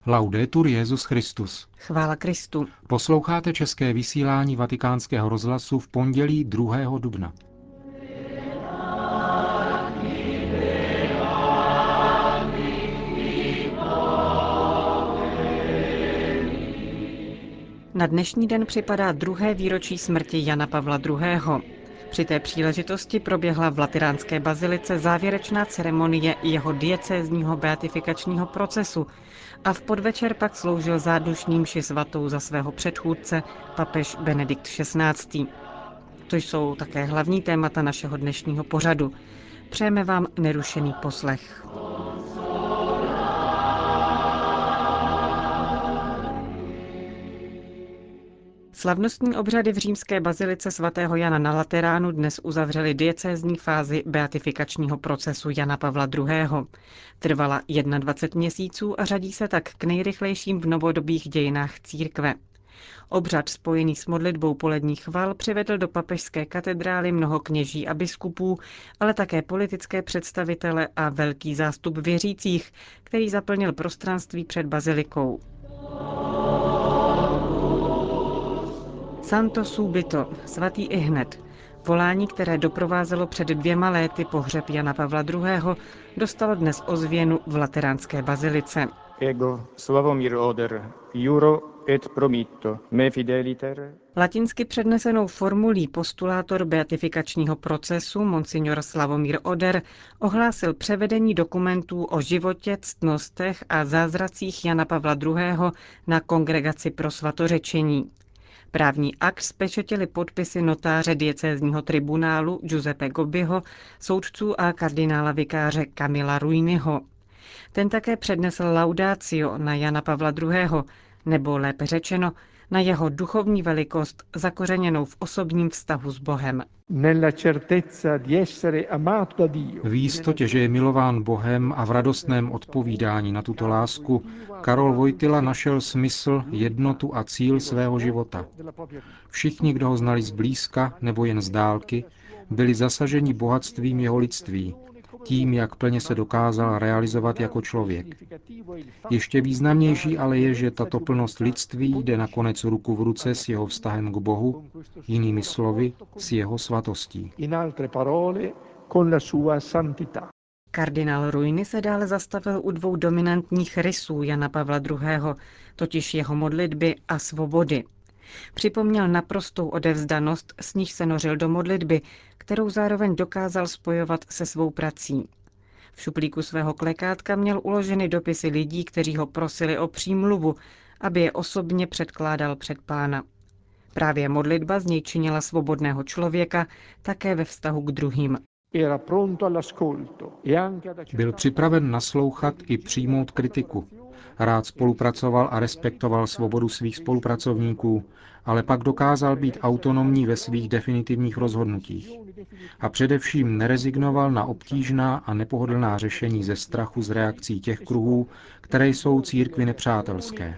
Laudetur Jesus Christus. Chvála Kristu. Posloucháte české vysílání Vatikánského rozhlasu v pondělí 2. dubna. Na dnešní den připadá 2. výročí smrti Jana Pavla II. Při té příležitosti proběhla v Lateránské bazilice závěrečná ceremonie jeho diecézního beatifikačního procesu a v podvečer pak sloužil zádušní mši svatou za svého předchůdce papež Benedikt XVI. To jsou také hlavní témata našeho dnešního pořadu. Přejeme vám nerušený poslech. Slavnostní obřady v římské bazilice svatého Jana na Lateránu dnes uzavřely diecézní fázi beatifikačního procesu Jana Pavla II. Trvala 21 měsíců a řadí se tak k nejrychlejším v novodobých dějinách církve. Obřad spojený s modlitbou poledních chval přivedl do papežské katedrály mnoho kněží a biskupů, ale také politické představitele a velký zástup věřících, který zaplnil prostranství před bazilikou. Santo subito, svatý ihned, volání, které doprovázelo před 2 léty pohřeb Jana Pavla II., dostalo dnes ozvěnu v Lateránské bazilice. Ego Slavomir Oder, juro et promitto, me fideliter. Latinsky přednesenou formulí postulátor beatifikačního procesu Monsignor Slavomír Oder ohlásil převedení dokumentů o životě, ctnostech a zázracích Jana Pavla II. Na Kongregaci pro svatořečení. Právní akt spečetili podpisy notáře diecézního tribunálu Giuseppe Gobbiho, soudců a kardinála vikáře Camilla Ruiniho. Ten také přednesl laudatio na Jana Pavla II., nebo lépe řečeno, na jeho duchovní velikost zakořeněnou v osobním vztahu s Bohem. V jistotě, že je milován Bohem a v radostném odpovídání na tuto lásku, Karol Wojtyla našel smysl, jednotu a cíl svého života. Všichni, kdo ho znali zblízka nebo jen z dálky, byli zasaženi bohatstvím jeho lidství, tím, jak plně se dokázal realizovat jako člověk. Ještě významnější ale je, že tato plnost lidství jde nakonec ruku v ruce s jeho vztahem k Bohu, jinými slovy, s jeho svatostí. Kardinál Ruini se dále zastavil u 2 dominantních rysů Jana Pavla II., totiž jeho modlitby a svobody. Připomněl naprostou odevzdanost, s níž se nořil do modlitby, kterou zároveň dokázal spojovat se svou prací. V šuplíku svého klekátka měl uloženy dopisy lidí, kteří ho prosili o přímluvu, aby je osobně předkládal před Pána. Právě modlitba z něj činila svobodného člověka také ve vztahu k druhým. Byl připraven naslouchat i přijmout kritiku. Rád spolupracoval a respektoval svobodu svých spolupracovníků, ale pak dokázal být autonomní ve svých definitivních rozhodnutích. A především nerezignoval na obtížná a nepohodlná řešení ze strachu z reakcí těch kruhů, které jsou církvi nepřátelské.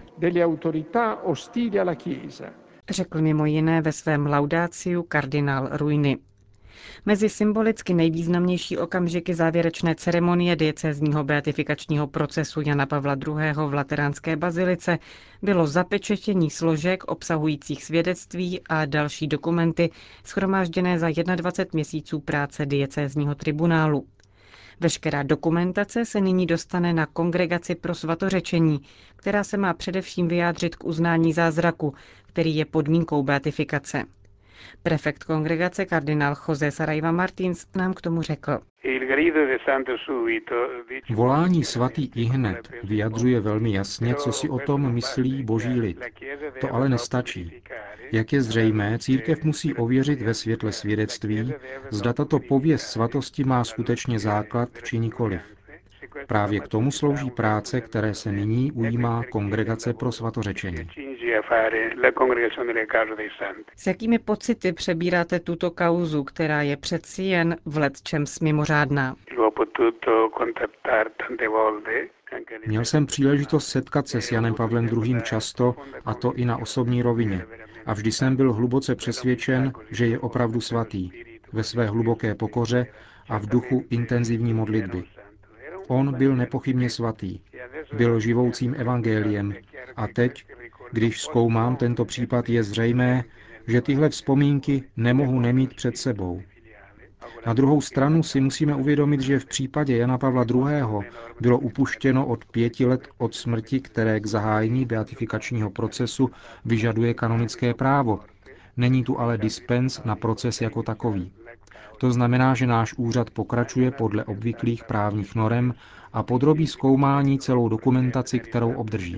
Řekl mimo jiné ve svém laudáciu kardinál Ruini. Mezi symbolicky nejvýznamnější okamžiky závěrečné ceremonie diecézního beatifikačního procesu Jana Pavla II. V Lateránské bazilice bylo zapečetění složek obsahujících svědectví a další dokumenty shromážděné za 21 měsíců práce diecézního tribunálu. Veškerá dokumentace se nyní dostane na Kongregaci pro svatořečení, která se má především vyjádřit k uznání zázraku, který je podmínkou beatifikace. Prefekt kongregace kardinál José Saraiva Martins nám k tomu řekl. Volání svatý ihned vyjadřuje velmi jasně, co si o tom myslí boží lid. To ale nestačí. Jak je zřejmé, církev musí ověřit ve světle svědectví, zda tato pověst svatosti má skutečně základ či nikoliv. Právě k tomu slouží práce, které se nyní ujímá Kongregace pro svatořečení. S jakými pocity přebíráte tuto kauzu, která je přeci jen v lecčems mimořádná? Měl jsem příležitost setkat se s Janem Pavlem II. Často, a to i na osobní rovině. A vždy jsem byl hluboce přesvědčen, že je opravdu svatý, ve své hluboké pokoře a v duchu intenzivní modlitby. On byl nepochybně svatý. Byl živoucím evangeliem. A teď, když zkoumám tento případ, je zřejmé, že tyhle vzpomínky nemohu nemít před sebou. Na druhou stranu si musíme uvědomit, že v případě Jana Pavla II. Bylo upuštěno od 5 let od smrti, které k zahájení beatifikačního procesu vyžaduje kanonické právo. Není tu ale dispens na proces jako takový. To znamená, že náš úřad pokračuje podle obvyklých právních norem a podrobí zkoumání celou dokumentaci, kterou obdrží.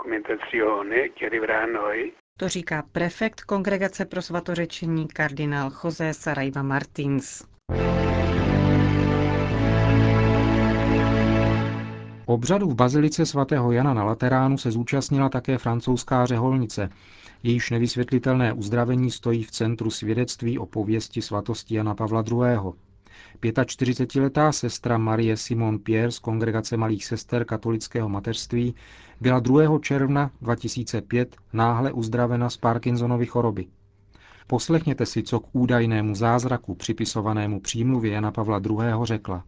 To říká prefekt Kongregace pro svatořečení kardinál José Saraiva Martins. Obřadu v bazilice svatého Jana na Lateránu se zúčastnila také francouzská řeholnice. Jejíž nevysvětlitelné uzdravení stojí v centru svědectví o pověsti svatosti Jana Pavla II. 45letá sestra Marie Simon Pierre z Kongregace malých sester katolického mateřství byla 2. června 2005 náhle uzdravena z Parkinsonovy choroby. Poslechněte si, co k údajnému zázraku připisovanému přímluvě Jana Pavla II. Řekla.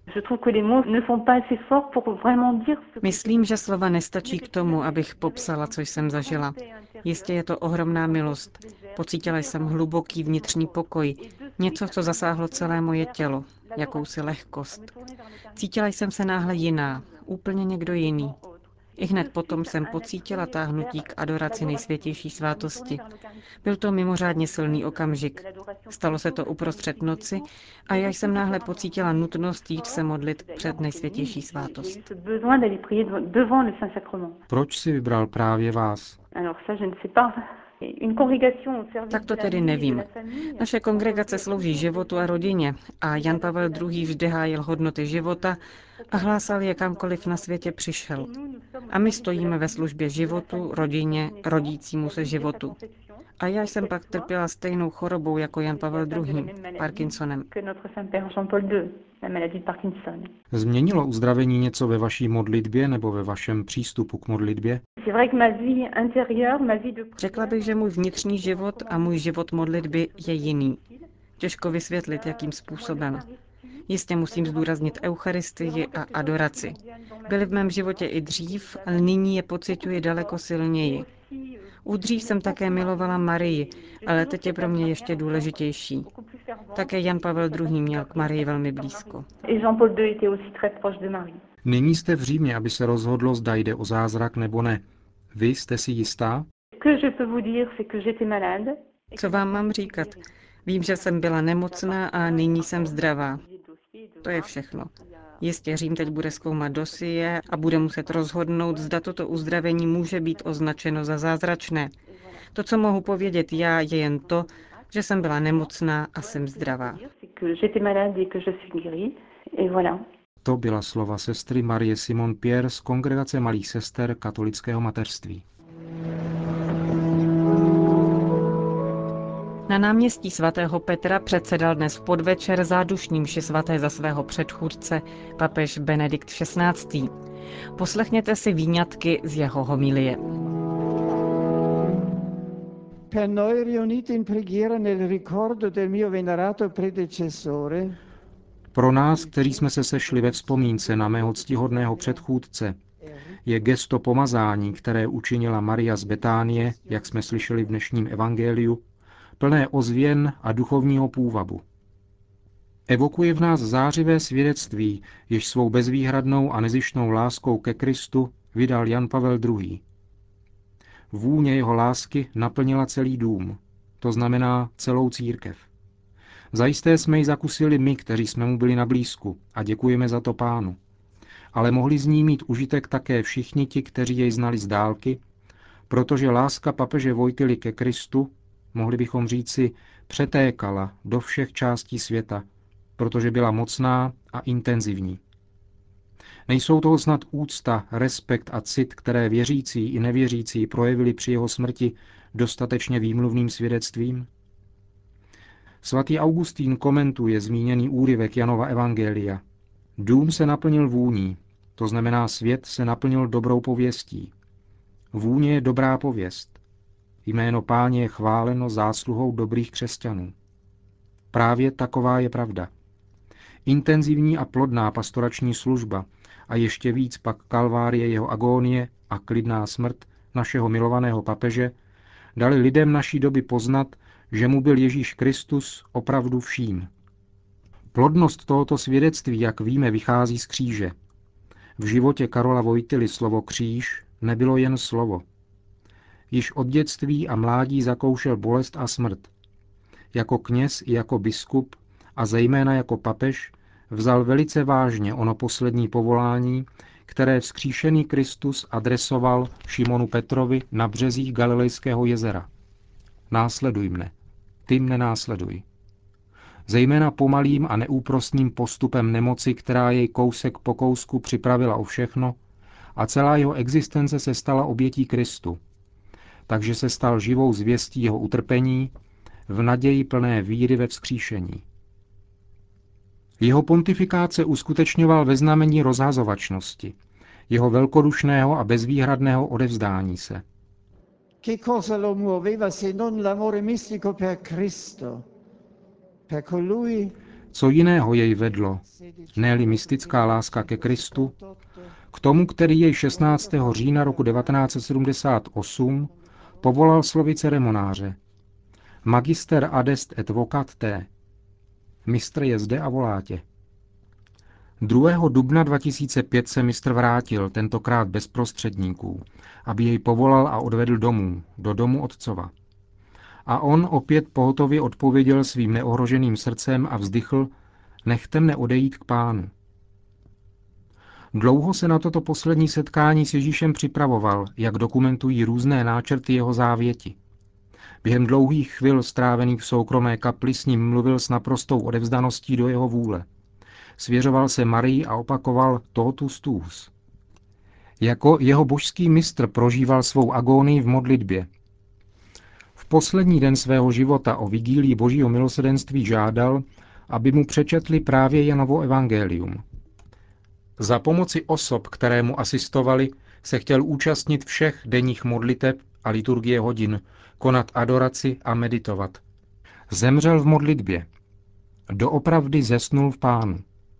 Myslím, že slova nestačí k tomu, abych popsala, co jsem zažila. Jistě je to ohromná milost. Pocítila jsem hluboký vnitřní pokoj, něco, co zasáhlo celé moje tělo, jakousi lehkost. Cítila jsem se náhle jiná, úplně někdo jiný. Ihned potom jsem pocítila táhnutí k adoraci nejsvětější svátosti. Byl to mimořádně silný okamžik. Stalo se to uprostřed noci a já jsem náhle pocítila nutnost jít se modlit před nejsvětější svátost. Proč si vybral právě vás? Tak to tedy nevím. Naše kongregace slouží životu a rodině a Jan Pavel II. Vždy hájil hodnoty života a hlásal je kamkoliv na světě přišel. A my stojíme ve službě životu, rodině, rodícímu se životu. A já jsem pak trpěla stejnou chorobou jako Jan Pavel II. Parkinsonem. Změnilo uzdravení něco ve vaší modlitbě nebo ve vašem přístupu k modlitbě? Řekla bych, že můj vnitřní život a můj život modlitby je jiný. Těžko vysvětlit, jakým způsobem. Jistě musím zdůraznit eucharistii a adoraci. Byly v mém životě i dřív, ale nyní je pociťuji daleko silněji. Dřív jsem také milovala Marii, ale teď je pro mě ještě důležitější. Také Jan Pavel II. Měl k Marii velmi blízko. Nyní jste v Římě, aby se rozhodlo, zda jde o zázrak nebo ne. Vy jste si jistá? Co vám mám říkat? Vím, že jsem byla nemocná a nyní jsem zdravá. To je všechno. Jistě Řím teď bude zkoumat dosie a bude muset rozhodnout, zda toto uzdravení může být označeno za zázračné. To, co mohu povědět já, je jen to, že jsem byla nemocná a jsem zdravá. To byla slova sestry Marie Simon Pierre z Kongregace malých sester katolického mateřství. Na náměstí svatého Petra předsedal dnes v podvečer zádušní mši svaté za svého předchůdce papež Benedikt XVI. Poslechněte si výňatky z jeho homilie. Per noi riuniti in preghiera nel ricordo del mio venerato predecessore. Pro nás, kteří jsme se sešli ve vzpomínce na mého ctihodného předchůdce, je gesto pomazání, které učinila Maria z Betánie, jak jsme slyšeli v dnešním evangeliu, plné ozvěn a duchovního půvabu. Evokuje v nás zářivé svědectví, jež svou bezvýhradnou a nezištnou láskou ke Kristu vydal Jan Pavel II. Vůně jeho lásky naplnila celý dům, to znamená celou církev. Zajisté jsme ji zakusili my, kteří jsme mu byli na blízku, a děkujeme za to Pánu. Ale mohli z ní mít užitek také všichni ti, kteří jej znali z dálky, protože láska papeže Vojtily ke Kristu, mohli bychom říci, přetékala do všech částí světa, protože byla mocná a intenzivní. Nejsou toho snad úcta, respekt a cit, které věřící i nevěřící projevili při jeho smrti, dostatečně výmluvným svědectvím? Svatý Augustín komentuje zmíněný úryvek Janova evangelia. Dům se naplnil vůní, to znamená svět se naplnil dobrou pověstí. Vůně je dobrá pověst. Jméno Páně je chváleno zásluhou dobrých křesťanů. Právě taková je pravda. Intenzivní a plodná pastorační služba a ještě víc pak kalvárie jeho agónie a klidná smrt našeho milovaného papeže dali lidem naší doby poznat, že mu byl Ježíš Kristus opravdu vším. Plodnost tohoto svědectví, jak víme, vychází z kříže. V životě Karola Wojtyly slovo kříž nebylo jen slovo. Již od dětství a mládí zakoušel bolest a smrt. Jako kněz i jako biskup a zejména jako papež vzal velice vážně ono poslední povolání, které vzkříšený Kristus adresoval Šimonu Petrovi na březích Galilejského jezera. Následuj mne, ty mne následuj. Zejména pomalým a neúprosným postupem nemoci, která jej kousek po kousku připravila o všechno, a celá jeho existence se stala obětí Kristu. Takže se stal živou zvěstí jeho utrpení, v naději plné víry ve vzkříšení. Jeho pontifikát se uskutečňoval ve znamení rozhazovačnosti, jeho velkodušného a bezvýhradného odevzdání se. Che cosa lo muoveva se non l'amore mistico per Cristo? Per colui Co jiného jej vedlo, ne-li mystická láska ke Kristu, k tomu, který jej 16. října roku 1978 povolal slovy ceremonáře. Magister adest et vocat te. Mistr je zde a volá tě. 2. dubna 2005 se mistr vrátil, tentokrát bez prostředníků, aby jej povolal a odvedl domů, do domu otcova. A on opět pohotově odpověděl svým neohroženým srdcem a vzdychl, nechte mne odejít k Pánu. Dlouho se na toto poslední setkání s Ježíšem připravoval, jak dokumentují různé náčrty jeho závěti. Během dlouhých chvil strávených v soukromé kapli s ním mluvil s naprostou odevzdaností do jeho vůle. Svěřoval se Marii a opakoval totus tuus. Jako jeho božský mistr prožíval svou agónii v modlitbě. V poslední den svého života o vigílii Božího milosrdenství žádal, aby mu přečetli právě Janovo evangelium. Za pomoci osob, které mu asistovali, se chtěl účastnit všech denních modliteb a liturgie hodin, konat adoraci a meditovat. Zemřel v modlitbě. Doopravdy zesnul v Pánu.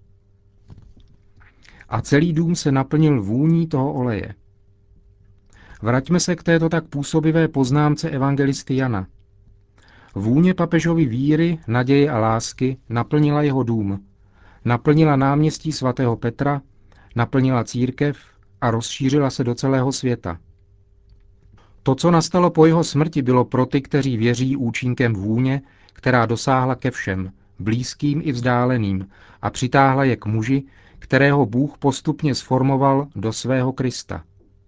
A celý dům se naplnil vůní toho oleje. Vraťme se k této tak působivé poznámce evangelisty Jana. Vůně papežovy víry, naděje a lásky naplnila jeho dům, naplnila náměstí svatého Petra, naplnila církev a rozšířila se do celého světa. To, co nastalo po jeho smrti, bylo pro ty, kteří věří, účinkem vůně, která dosáhla ke všem, blízkým i vzdáleným, a přitáhla je k muži, kterého Bůh postupně sformoval do svého Krista.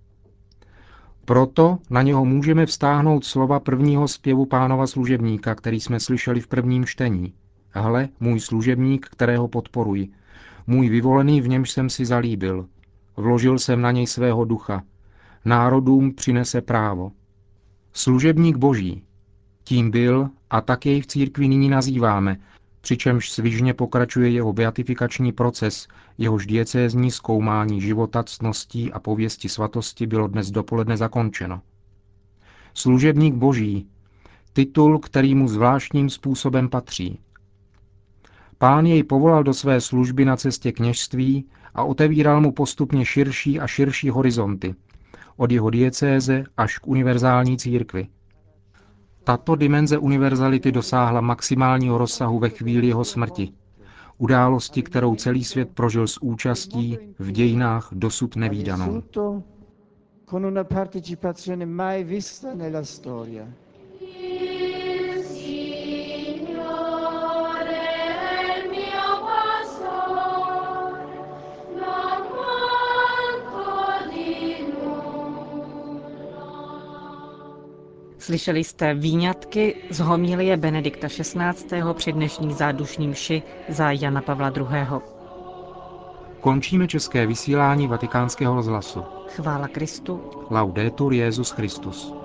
Proto na něho můžeme vztáhnout slova prvního zpěvu Pánova služebníka, který jsme slyšeli v prvním čtení. Hle, můj služebník, kterého podporuji, můj vyvolený, v němž jsem si zalíbil. Vložil jsem na něj svého ducha. Národům přinese právo. Služebník Boží. Tím byl a tak jej v církvi nyní nazýváme, přičemž svižně pokračuje jeho beatifikační proces, jehož diecézní zkoumání života, ctností a pověsti svatosti bylo dnes dopoledne zakončeno. Služebník Boží, titul, který mu zvláštním způsobem patří. Pán jej povolal do své služby na cestě kněžství a otevíral mu postupně širší a širší horizonty, od jeho diecéze až k univerzální církvi. Tato dimenze univerzality dosáhla maximálního rozsahu ve chvíli jeho smrti, události, kterou celý svět prožil s účastí v dějinách dosud nevídanou. Slyšeli jste výňatky z homilie Benedikta XVI. Při dnešní zádušní mši za Jana Pavla II. Končíme české vysílání Vatikánského rozhlasu. Chvála Kristu. Laudetur Jesus Christus.